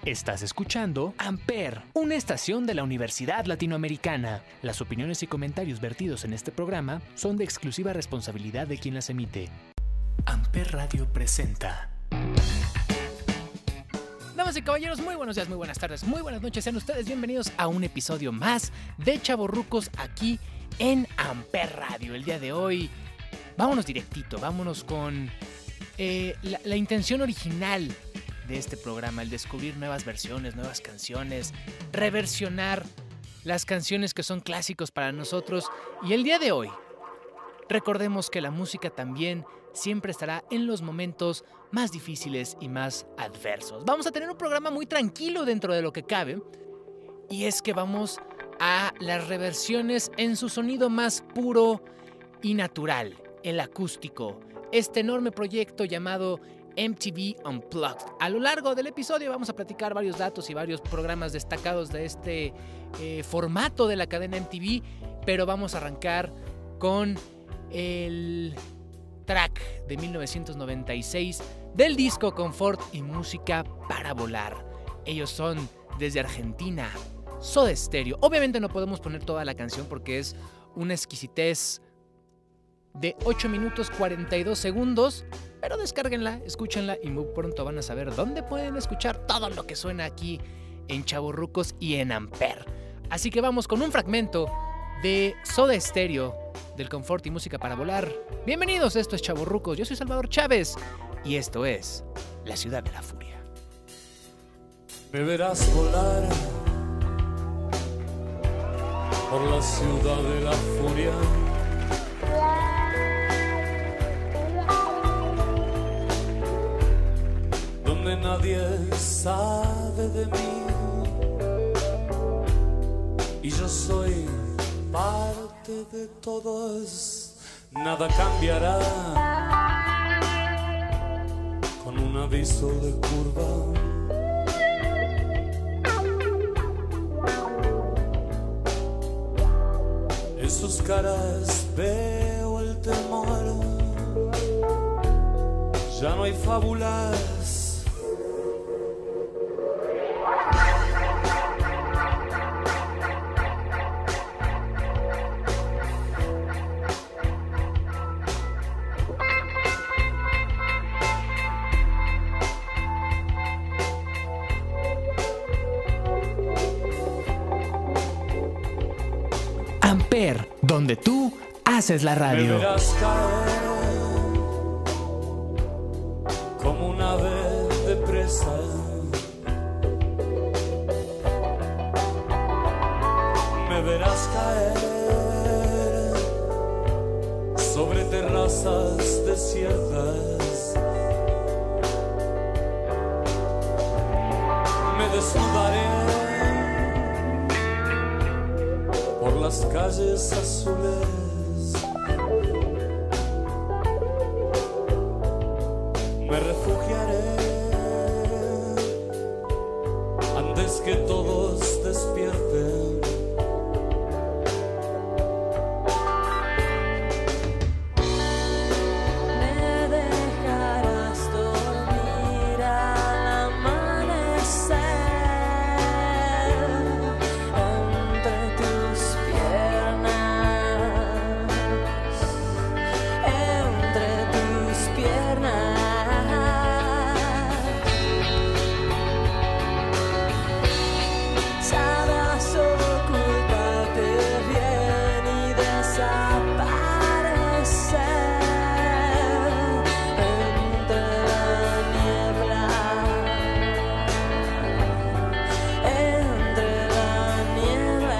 Estás escuchando Amper, una estación de la Universidad Latinoamericana. Las opiniones y comentarios vertidos en este programa son de exclusiva responsabilidad de quien las emite. Amper Radio presenta. Damas y caballeros, muy buenos días, muy buenas tardes, muy buenas noches. Sean ustedes bienvenidos a un episodio más de Chavorrucos aquí en Amper Radio. El día de hoy, vámonos directito, vámonos con la intención original de este programa, el descubrir nuevas versiones, nuevas canciones, reversionar las canciones que son clásicos para nosotros. Y el día de hoy, recordemos que la música también siempre estará en los momentos más difíciles y más adversos. Vamos a tener un programa muy tranquilo dentro de lo que cabe, y es que vamos a las reversiones en su sonido más puro y natural, el acústico, este enorme proyecto llamado MTV Unplugged. A lo largo del episodio vamos a platicar varios datos y varios programas destacados de este formato de la cadena MTV, pero vamos a arrancar con el track de 1996 del disco Confort y Música para Volar. Ellos son desde Argentina, Soda Stereo. Obviamente no podemos poner toda la canción porque es una exquisitez de 8 minutos 42 segundos, pero descárguenla, escúchenla y muy pronto van a saber dónde pueden escuchar todo lo que suena aquí en Chavorrucos y en Amper. Así que vamos con un fragmento de Soda Stereo, del Confort y Música para Volar. Bienvenidos, esto es Chavorrucos, yo soy Salvador Chávez y esto es La Ciudad de la Furia. Me verás volar por la ciudad de la furia, donde nadie sabe de mí y yo soy parte de todos. Nada cambiará con un aviso de curva. En sus caras veo el temor. Ya no hay fábulas. Amper, donde tú haces la radio. Me verás caer como un ave de presa. Me verás caer sobre terrazas desiertas. Me desnudaré por las calles azules. Me refugiaré antes que todos despierten. Me dejarás dormir al amanecer entre tus piernas, entre tus piernas. Sabrás ocultarte bien y desaparecer entre la niebla, entre la niebla.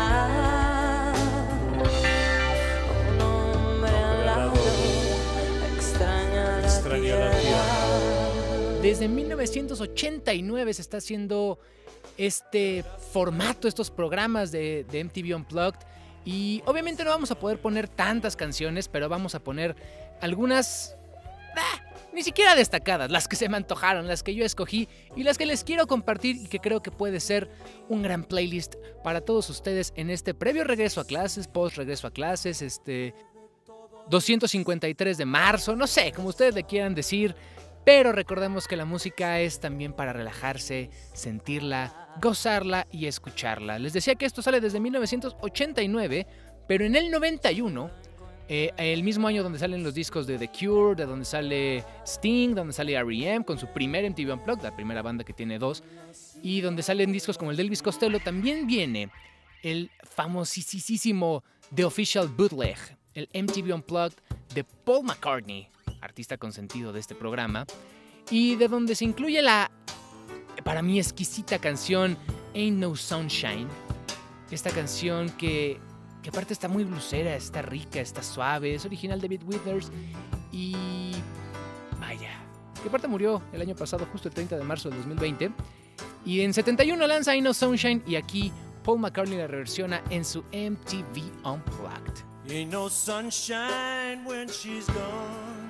Un hombre al lado extraña la tierra. Desde 1989 se está haciendo este formato, estos programas de MTV Unplugged, y obviamente no vamos a poder poner tantas canciones, pero vamos a poner algunas ni siquiera destacadas, las que se me antojaron, las que yo escogí y las que les quiero compartir y que creo que puede ser un gran playlist para todos ustedes en este previo regreso a clases, post regreso a clases, 253 de marzo, no sé, como ustedes le quieran decir. Pero recordemos que la música es también para relajarse, sentirla, gozarla y escucharla. Les decía que esto sale desde 1989, pero en el 91, el mismo año donde salen los discos de The Cure, de donde sale Sting, donde sale R.E.M. con su primer MTV Unplugged, la primera banda que tiene 2, y donde salen discos como el de Elvis Costello, también viene el famosísimo The Official Bootleg, el MTV Unplugged de Paul McCartney, artista consentido de este programa, y de donde se incluye la, para mí, exquisita canción Ain't No Sunshine. Esta canción que aparte está muy blusera, está rica, está suave, es original de David Withers y vaya, que aparte murió el año pasado, justo el 30 de marzo del 2020, y en 71 lanza Ain't No Sunshine y aquí Paul McCartney la reversiona en su MTV Unplugged. Ain't no sunshine when she's gone,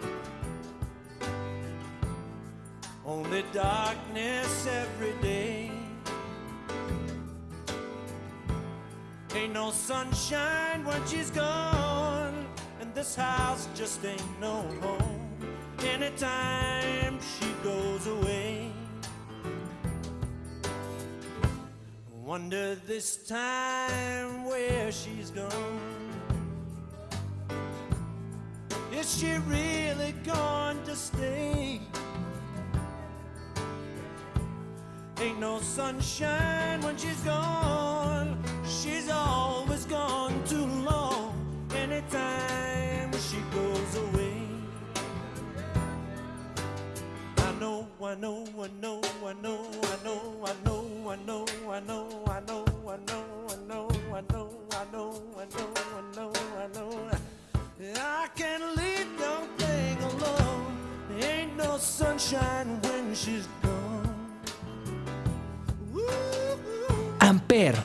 only darkness every day. Ain't no sunshine when she's gone, and this house just ain't no home anytime she goes away. Wonder this time where she's gone. Is she really going to stay? Ain't no sunshine when she's gone. She's always gone too long anytime she goes away. I know, I know, I know, I know, I know, I know, I know, I know, I know, I know, I know, I know, I know, I know, I know. I can't leave no thing alone. Ain't no sunshine when she's gone. Ampere.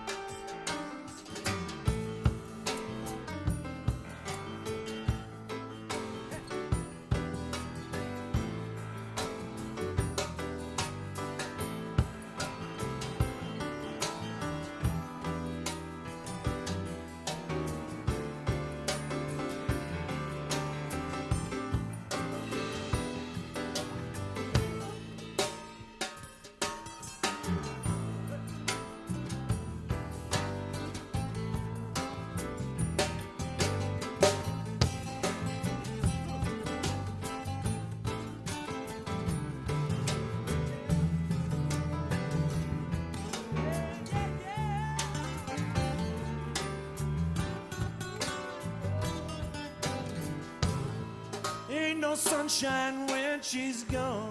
Ain't no sunshine when she's gone.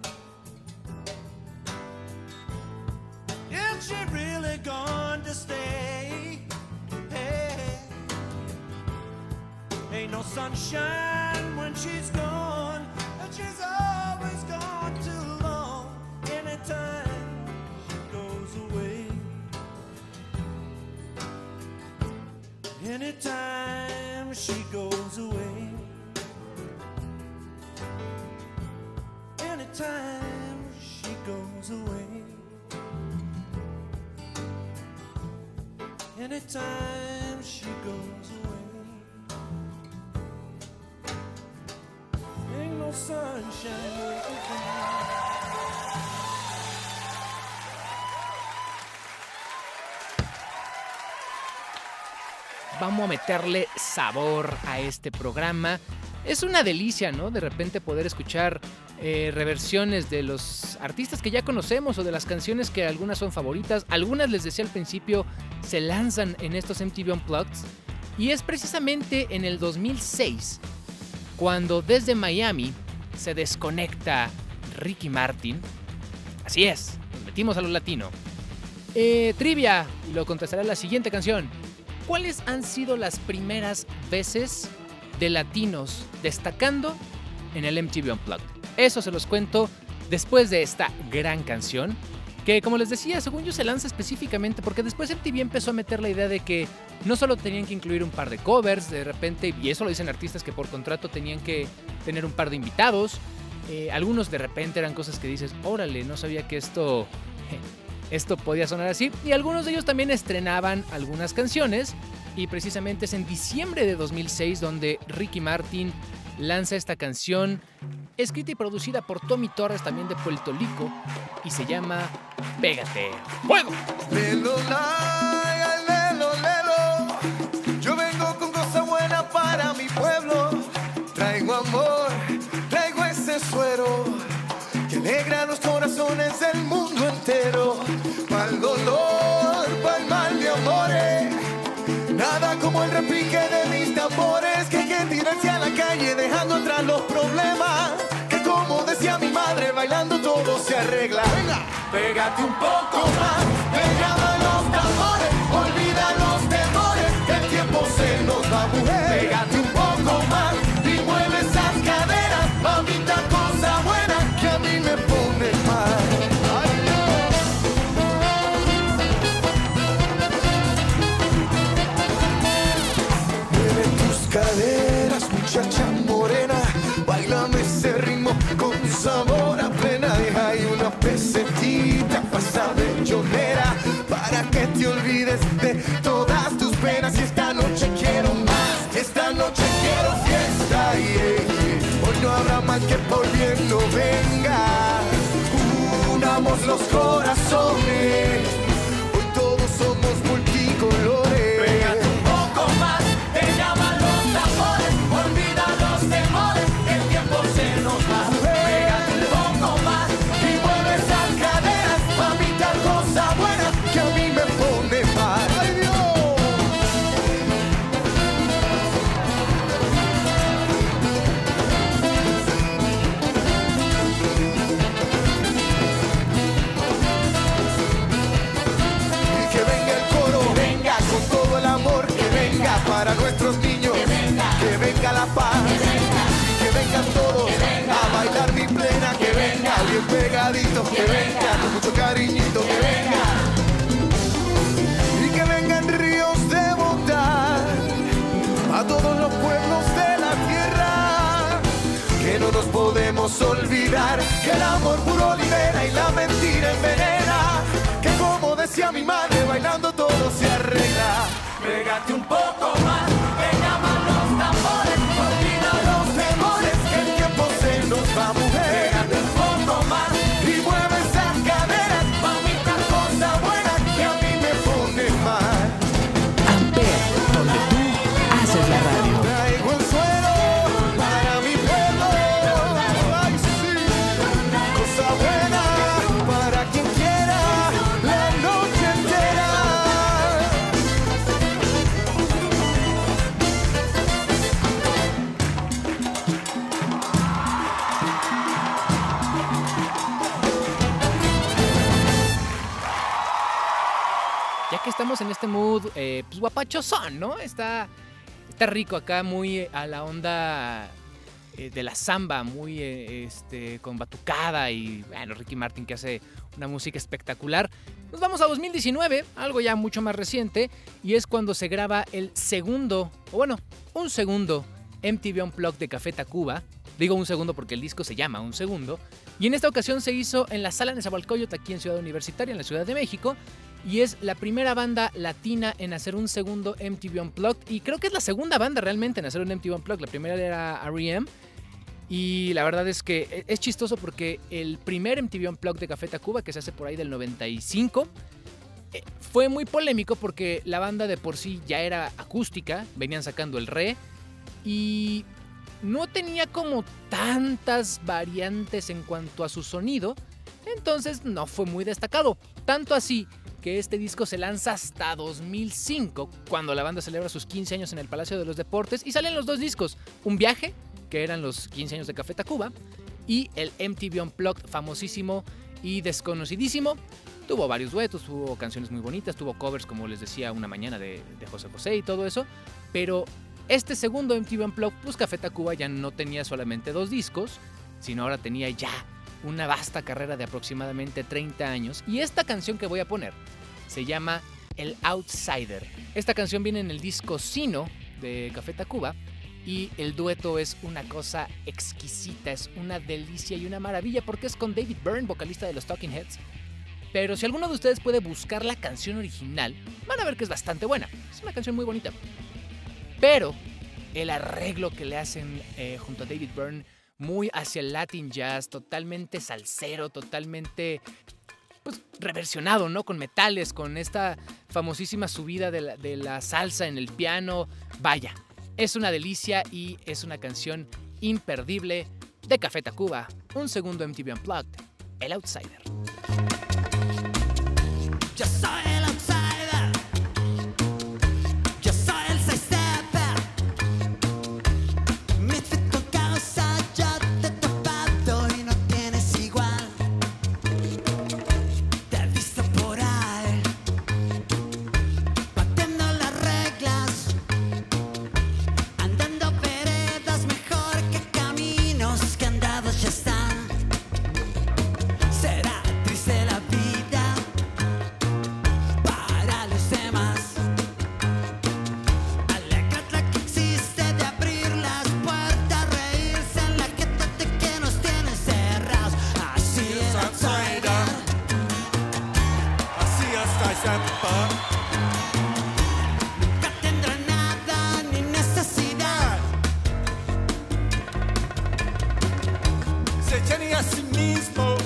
Is she really gone to stay? Hey. Ain't no sunshine when she's gone, and she's always gone too long anytime she goes away. Anytime she goes away. Anytime she goes away. Anytime she goes away. Ain't no sunshine. Vamos a meterle sabor a este programa. Es una delicia, ¿no? De repente poder escuchar reversiones de los artistas que ya conocemos o de las canciones que algunas son favoritas. Algunas, les decía al principio, se lanzan en estos MTV Unplugged. Y es precisamente en el 2006 cuando desde Miami se desconecta Ricky Martin. Así es, nos metimos a lo latino. Trivia, y lo contestará la siguiente canción. ¿Cuáles han sido las primeras veces de latinos destacando en el MTV Unplugged? Eso se los cuento después de esta gran canción, que como les decía, según yo se lanza específicamente porque después MTV empezó a meter la idea de que no solo tenían que incluir un par de covers de repente, y eso lo dicen artistas que por contrato tenían que tener un par de invitados. Algunos de repente eran cosas que dices, órale, no sabía que esto podía sonar así. Y algunos de ellos también estrenaban algunas canciones, y precisamente es en diciembre de 2006 donde Ricky Martin lanza esta canción escrita y producida por Tommy Torres, también de Puerto Rico, y se llama Pégate. ¡Fuego! Lelo, lelo, lelo. Yo vengo con cosa buena para mi pueblo. Traigo amor, traigo ese suero que alegra los corazones del mundo entero. Pa'l dolor, pa'l mal de amores. Nada como el repique de mis tambores, que hay que tirarse a la calle dejando atrás los problemas. Que como decía mi madre, bailando todo se arregla. Venga, pégate un poco más, me llaman los tambores, olvida los temores, que el tiempo se nos va, mujer. Pégate un poco más y mueve esas caderas, mamita, cosa buena que a mí me pone mal. Ay, mueve tus caderas, muchacha morena, bailame ese ritmo con sabor a plena. Deja ahí una pesetita pasa bellonera para que te olvides de todas tus penas. Y esta noche quiero más, esta noche quiero fiesta. Hoy no habrá mal que por bien no venga. Unamos los corazones, hoy todos somos multicolores. Pégate un poco más, te llaman los tambores, olvida los temores, el tiempo se nos va. Pégate un poco más y mueve esas caderas, mamita, cosa buena que a mí me pone mal. ¡Ay, Dios! Y que venga el coro, venga con todo el amor, que venga para nuestros niños, que venga la paz, que vengan todos a bailar mi plena, que venga bien pegadito, que venga con mucho cariñito, que venga. Y que vengan ríos de bondad a todos los pueblos de la tierra, que no nos podemos olvidar que el amor puro libera y la mentira envenena, que como decía mi madre, bailando todo se arregla. Pégate un poco más, te llaman los tambores, olvida los temores, que el tiempo se nos va, mujer. Pégate un poco más y mueve esas caderas, mamita, cosa buena que a mí me pone mal. Amper, donde tú haces la radio. Traigo el suelo para mi pueblo, ay sí, cosa buena para quien quiera la noche entera. Ya que estamos en este mood, pues guapachosón, ¿no? Está rico acá, muy a la onda de la samba, muy con batucada y, bueno, Ricky Martin que hace una música espectacular. Nos vamos a 2019, algo ya mucho más reciente, y es cuando se graba el segundo, o bueno, un segundo MTV Unplugged de Café Tacuba. Digo un segundo porque el disco se llama Un Segundo. Y en esta ocasión se hizo en la Sala Nezahualcóyotl, aquí en Ciudad Universitaria, en la Ciudad de México. Y es la primera banda latina en hacer un segundo MTV Unplugged. Y creo que es la segunda banda realmente en hacer un MTV Unplugged. La primera era R.E.M. Y la verdad es que es chistoso porque el primer MTV Unplugged de Café Tacuba, que se hace por ahí del 95, fue muy polémico porque la banda de por sí ya era acústica. Venían sacando el Re. Y no tenía como tantas variantes en cuanto a su sonido. Entonces no fue muy destacado. Tanto así que este disco se lanza hasta 2005, cuando la banda celebra sus 15 años en el Palacio de los Deportes, y salen los dos discos, Un Viaje, que eran los 15 años de Café Tacuba, y el MTV Unplugged, famosísimo y desconocidísimo. Tuvo varios duetos, tuvo canciones muy bonitas, tuvo covers, como les decía, Una Mañana de José José y todo eso, pero este segundo MTV Unplugged, pues Café Tacuba ya no tenía solamente dos discos, sino ahora tenía ya una vasta carrera de aproximadamente 30 años. Y esta canción que voy a poner se llama El Outsider. Esta canción viene en el disco Sino de Café Tacuba y el dueto es una cosa exquisita, es una delicia y una maravilla porque es con David Byrne, vocalista de los Talking Heads. Pero si alguno de ustedes puede buscar la canción original, van a ver que es bastante buena. Es una canción muy bonita. Pero el arreglo que le hacen junto a David Byrne, muy hacia el Latin jazz, totalmente salsero, totalmente pues, reversionado, ¿no? Con metales, con esta famosísima subida de la salsa en el piano. Vaya, es una delicia y es una canción imperdible de Café Tacuba, un segundo MTV Unplugged, El Outsider. Yo soy el outsider, yo soy el sidestepper, misfit con causa, yo te he topado y no tienes igual. Te he visto por ahí, batiendo las reglas, andando veredas mejor que caminos que andados ya están. Será triste la vida para los demás. Alégrate que existe de abrir las puertas, reírse en la jeta de que nos tienen cerrados. Así es el outsider, Así hasta siempre. nunca tendrá nada ni necesidad. Se tiene a sí mismo.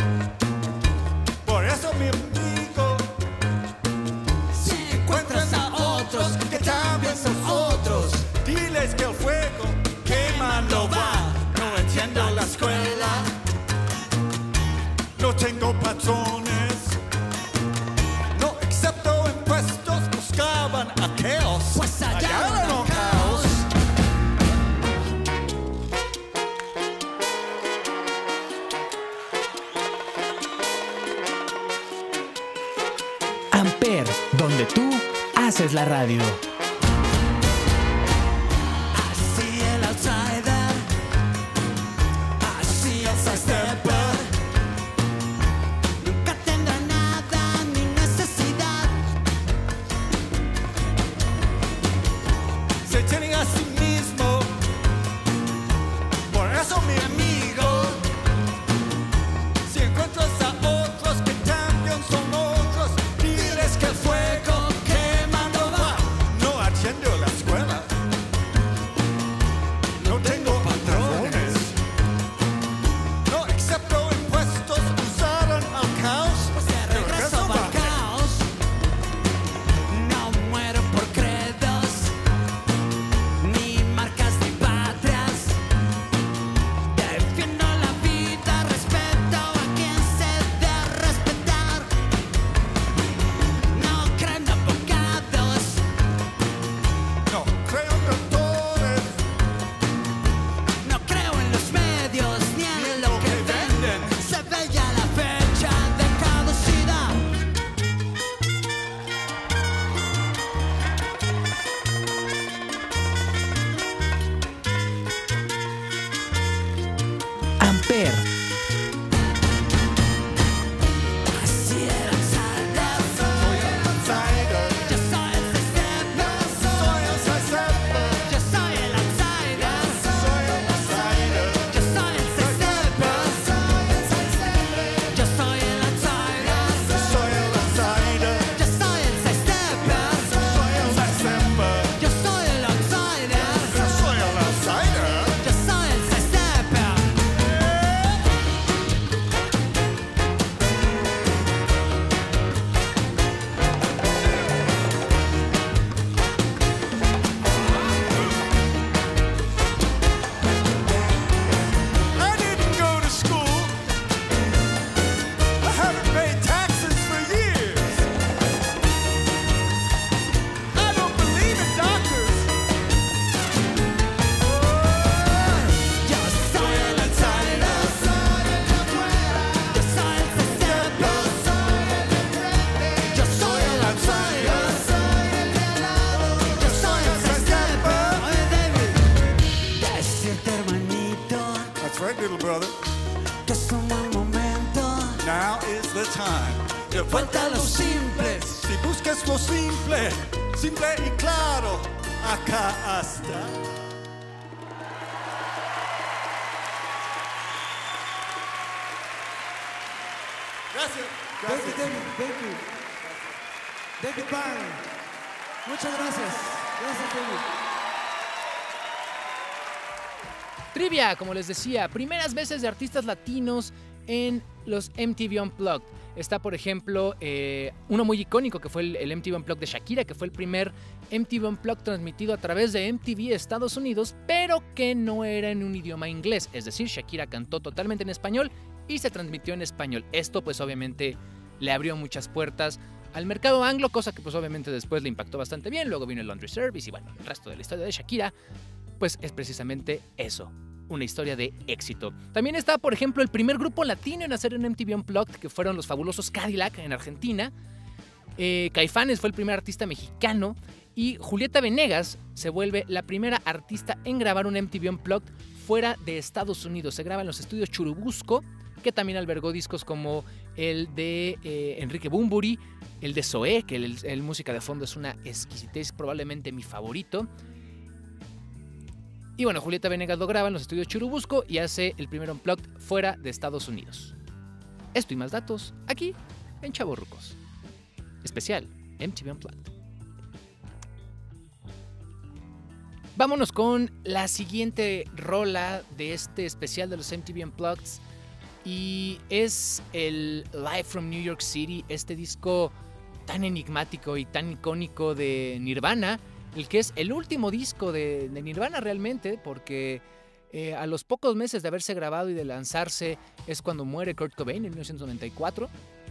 Por eso mi amigo, Si encuentras a otros que también son otros, diles que el fuego quemando va. No entiendo la escuela, no tengo patrones, no acepto impuestos, buscaban ateos. pues allá no no caos. Amper, donde tú haces la radio. Así el outsider, así el sidestepper, nunca tendrá nada ni necesidad. Se tiene a sí mismo. Por eso mi amigo, si encuentras a otros que también son otros, diles que el fuego quemando va. No atiendo la escuela, no tengo patrones, no acepto impuestos, usaron al caos. Pues de regreso al caos, no muero por credos, ni marcas ni patrias. Defiendo la vida, respeto a quien se dé a respetar. No creo en abogados, No creo en doctores, no creo en los medios ni en lo que venden. Se ve ya la fecha de caducidad. Amper, Así el outsider, soy el outsider, yo soy el sidestepper. soy el sidestepper, Yo soy el outsider, soy el outsider, yo soy el sidestepper. Yo soy el outsider, soy el outsider, yo soy el sidestepper. soy el sidestepper, Yo soy el outsider, soy el outsider. yo soy el sidestepper. I didn't go to school. I haven't paid taxes for years. I don't believe in doctors. Yo soy el outsider, yo soy el sidestepper. Yo soy el outsider, yo soy el sidestepper. Oye, David, decirte, hermanito, That's right, little brother. que es un buen momento. Now is the time. Te Falta lo simple. Si buscas lo simple, simple y claro, acá está. Gracias. Thank you, David. Thank you. David Byrne. Muchas gracias. Gracias, David. Trivia, como les decía, primeras veces de artistas latinos en los MTV Unplugged. Está, por ejemplo, uno muy icónico que fue el MTV Unplugged de Shakira, que fue el primer MTV Unplugged transmitido a través de MTV Estados Unidos, pero que no era en un idioma inglés. Es decir, Shakira cantó totalmente en español y se transmitió en español. Esto pues obviamente le abrió muchas puertas al mercado anglo, cosa que pues obviamente después le impactó bastante bien. Luego vino el Laundry Service y bueno, el resto de la historia de Shakira pues es precisamente eso, una historia de éxito. También está, por ejemplo, el primer grupo latino en hacer un MTV Unplugged, que fueron los fabulosos Cadillac en Argentina. Caifanes fue el primer artista mexicano y Julieta Venegas se vuelve la primera artista en grabar un MTV Unplugged fuera de Estados Unidos. Se graba en los estudios Churubusco, que también albergó discos como el de Enrique Bunbury, el de Zoé, que el música de fondo es una exquisitez, probablemente mi favorito. Y bueno, Julieta Venegas lo graba en los estudios Churubusco y hace el primer Unplugged fuera de Estados Unidos. Esto y más datos aquí en Chavorrucos. Especial MTV Unplugged. Vámonos con la siguiente rola de este especial de los MTV Unplugged. Y es el Live from New York City, este disco tan enigmático y tan icónico de Nirvana, el que es el último disco de Nirvana realmente, porque a los pocos meses de haberse grabado y de lanzarse es cuando muere Kurt Cobain en 1994,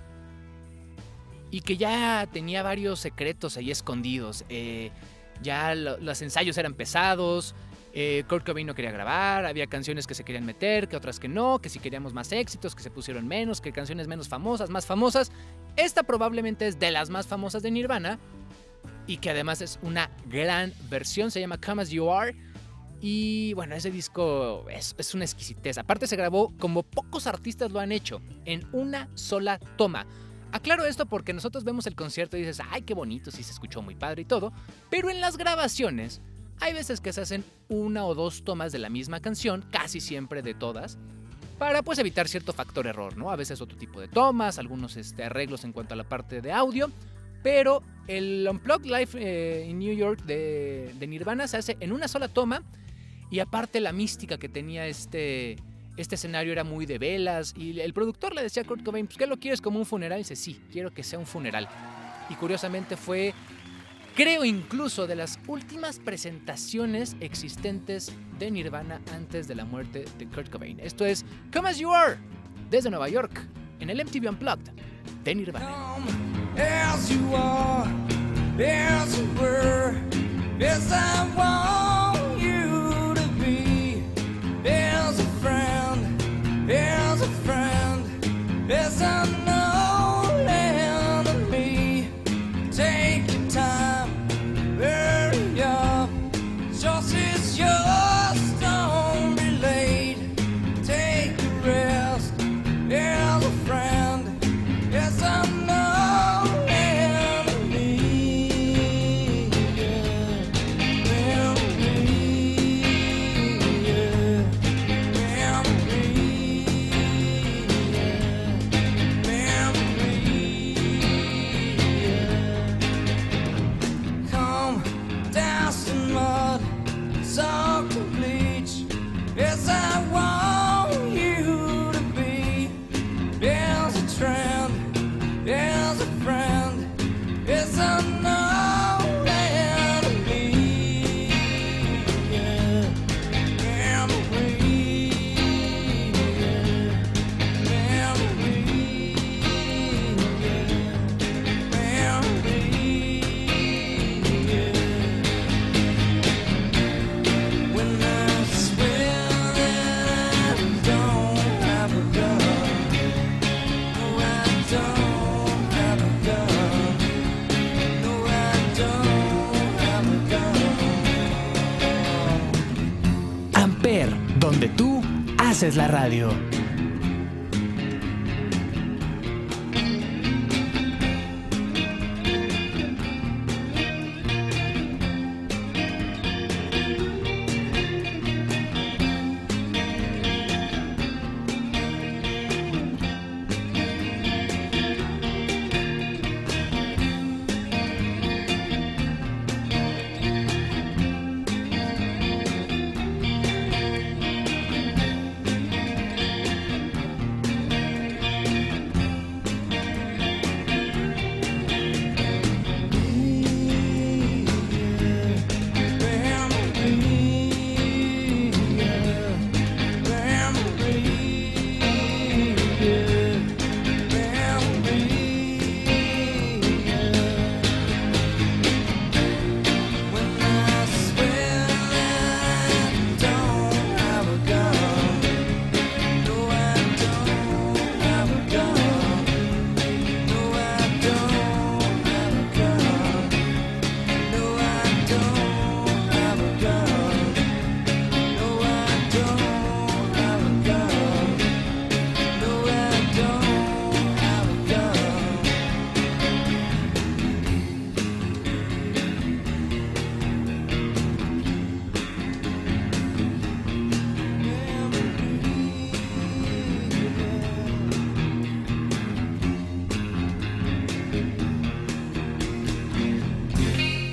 y que ya tenía varios secretos ahí escondidos. Ya los ensayos eran pesados, Kurt Cobain no quería grabar, había canciones que se querían meter, que otras que no, que si queríamos más éxitos, que se pusieron menos, que canciones menos famosas, más famosas. Esta probablemente es de las más famosas de Nirvana, y que además es una gran versión, se llama Come As You Are, y bueno, ese disco es una exquisitez. Aparte se grabó como pocos artistas lo han hecho, en una sola toma. Aclaro esto porque nosotros vemos el concierto y dices, ay, qué bonito, sí se escuchó muy padre y todo, pero en las grabaciones hay veces que se hacen una o dos tomas de la misma canción, casi siempre de todas, para pues evitar cierto factor error, ¿no? A veces otro tipo de tomas, algunos arreglos en cuanto a la parte de audio. Pero el Unplugged Live en New York de Nirvana se hace en una sola toma, y aparte la mística que tenía este escenario era muy de velas, y el productor le decía a Kurt Cobain, pues ¿qué lo quieres, como un funeral? Y dice, sí, quiero que sea un funeral. Y curiosamente fue, creo incluso, de las últimas presentaciones existentes de Nirvana antes de la muerte de Kurt Cobain. Esto es Come As You Are, desde Nueva York, en el MTV Unplugged de Nirvana. As you are, as you were, as I want you to be, as a friend, as I know enemy. Take your time, hurry up, just is yours, don't be late. Take a rest, as a friend, as I know. Donde tú haces la radio.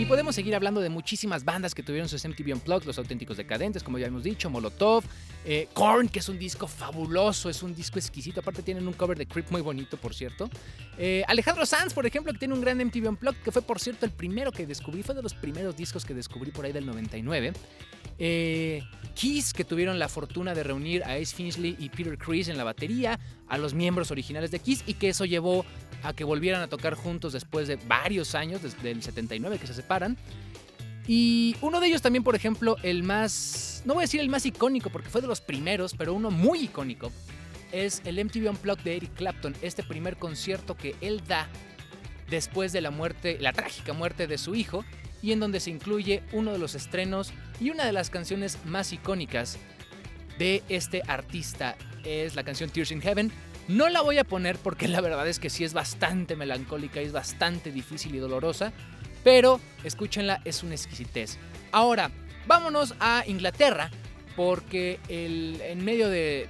podemos seguir hablando de muchísimas bandas que tuvieron sus MTV Unplugged, Los Auténticos Decadentes, como ya hemos dicho, Molotov, Korn, que es un disco fabuloso, es un disco exquisito, aparte tienen un cover de Creep muy bonito, por cierto. Alejandro Sanz, por ejemplo, que tiene un gran MTV Unplugged, que fue, por cierto, el primero que descubrí, fue de los primeros discos que descubrí por ahí del 99. Kiss, que tuvieron la fortuna de reunir a Ace Frehley y Peter Criss en la batería, a los miembros originales de Kiss, y que eso llevó a que volvieran a tocar juntos después de varios años, desde el 79 que se separan. Y uno de ellos también, por ejemplo, el más, no voy a decir el más icónico porque fue de los primeros, pero uno muy icónico, es el MTV Unplugged de Eric Clapton, este primer concierto que él da después de la trágica muerte de su hijo, y en donde se incluye uno de los estrenos y una de las canciones más icónicas de este artista, es la canción Tears in Heaven. No la voy a poner porque la verdad es que sí es bastante melancólica y es bastante difícil y dolorosa, pero escúchenla, es una exquisitez. Ahora, vámonos a Inglaterra, porque en medio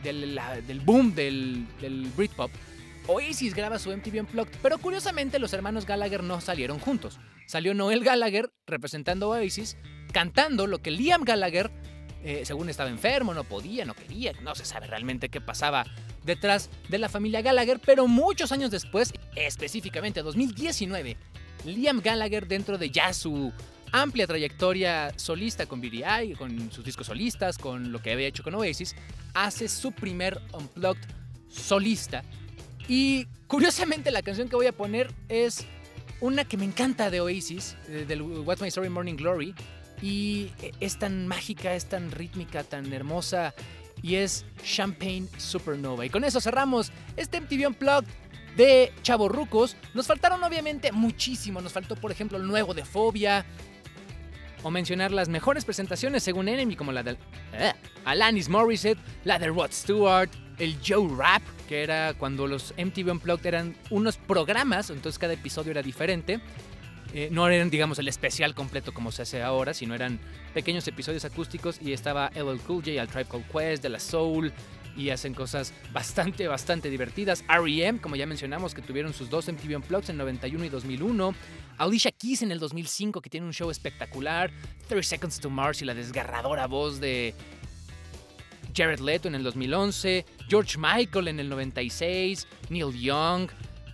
del boom del Britpop, Oasis graba su MTV Unplugged, pero curiosamente los hermanos Gallagher no salieron juntos. Salió Noel Gallagher representando a Oasis, cantando lo que Liam Gallagher, según estaba enfermo, no podía, no quería, no se sabe realmente qué pasaba detrás de la familia Gallagher, pero muchos años después, específicamente 2019, Liam Gallagher, dentro de ya su amplia trayectoria solista con Beady Eye, con sus discos solistas, con lo que había hecho con Oasis, hace su primer Unplugged solista. Y curiosamente la canción que voy a poner es una que me encanta de Oasis, del What's My Story Morning Glory, y es tan mágica, es tan rítmica, tan hermosa, y es Champagne Supernova. Y con eso cerramos este MTV Unplugged de chavorrucos. Nos faltaron obviamente muchísimo, nos faltó por ejemplo el nuevo de Fobia, o mencionar las mejores presentaciones según Enemy, como la de Alanis Morissette, la de Rod Stewart, el Joe Rap, que era cuando los MTV Unplugged eran unos programas, entonces cada episodio era diferente. No eran, digamos, el especial completo como se hace ahora, sino eran pequeños episodios acústicos, y estaba LL Cool J, al Tribe Called Quest, de la Soul, y hacen cosas bastante divertidas. R.E.M., como ya mencionamos, que tuvieron sus dos MTV Unplugged en 91 y 2001. Alicia Keys en el 2005, que tiene un show espectacular. 30 Seconds to Mars y la desgarradora voz de Jared Leto en el 2011. George Michael en el 96. Neil Young.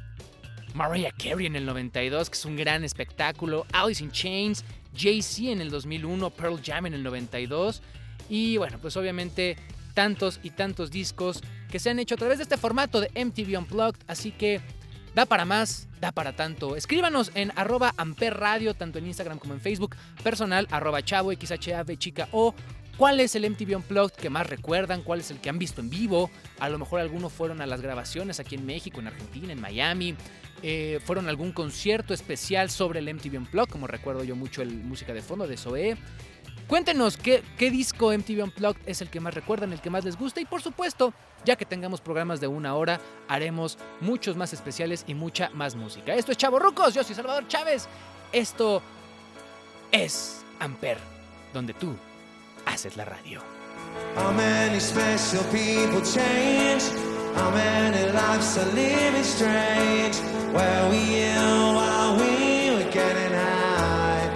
Mariah Carey en el 92, que es un gran espectáculo. Alice in Chains. Jay-Z en el 2001. Pearl Jam en el 92. Y bueno, pues obviamente tantos y tantos discos que se han hecho a través de este formato de MTV Unplugged. Así que da para más, da para tanto. Escríbanos en @amperradio, tanto en Instagram como en Facebook. Personal, @chavo_xhav_chica, o cuál es el MTV Unplugged que más recuerdan, cuál es el que han visto en vivo. A lo mejor algunos fueron a las grabaciones aquí en México, en Argentina, en Miami. Fueron a algún concierto especial sobre el MTV Unplugged, como recuerdo yo mucho el música de fondo de Zoé. Cuéntenos qué disco MTV Unplugged es el que más recuerdan, el que más les gusta, y por supuesto, ya que tengamos programas de 1 hora, haremos muchos más especiales y mucha más música. Esto es Chavorrucos, yo soy Salvador Chávez. Esto es Amper, donde tú haces la radio. How many special people change? How many lives are living strange? Where were you while we were getting high?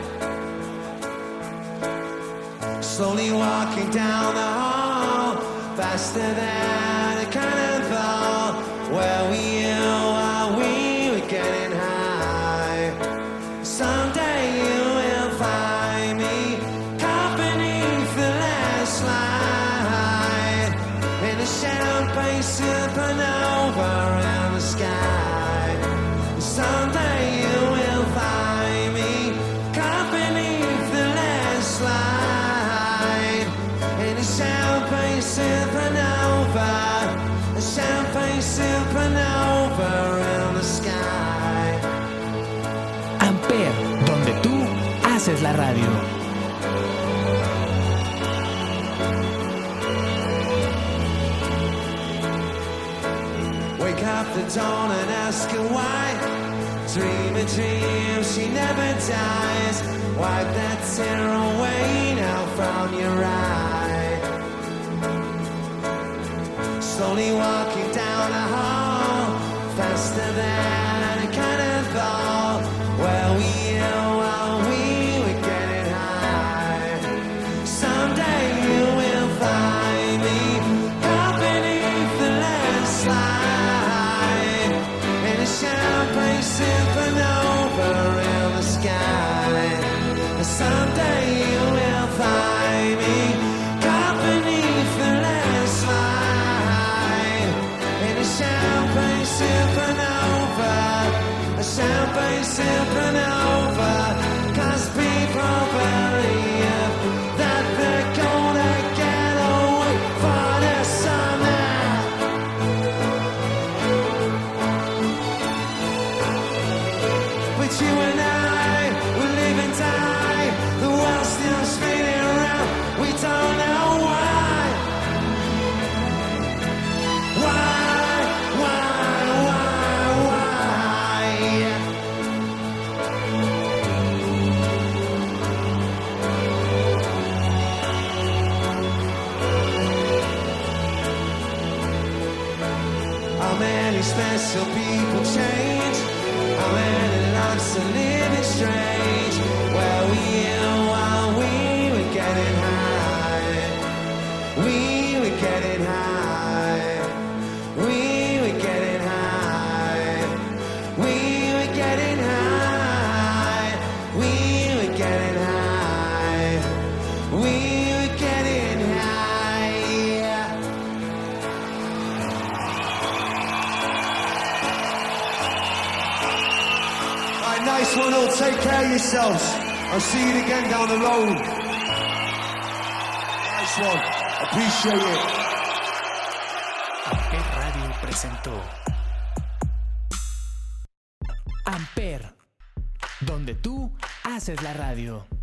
Slowly walking down the hall, faster than a cannonball. Where were you while we were getting high? Someday you will find me caught beneath the last light in a champagne supernova in the sky. Someday you will find me caught beneath the last light in a champagne supernova, a champagne supernova in the sky. Amper, donde tú haces la radio. Wake up the dawn and ask her why. Dream a dream, she never dies. Wipe that tear away now from your eye. Slowly walking down the hall, faster than a cannonball. Where were you while we Someday you will find me caught beneath the last light in a champagne supernova, a champagne supernova. 'Cause people believe that they're gonna get away for the summer. But you and I will live and die. The world's still spinning around. We don't know why. Why? How many special people change? How many lives are living strange? Where we while we were getting high. We were getting high. We were getting high. We were getting high. We were getting high. We were getting high. Right, nice one all. Take care of yourselves. I'll see you again down the road. Nice one. Appreciate it. Amper Radio presentó Amper, donde tú haces la radio.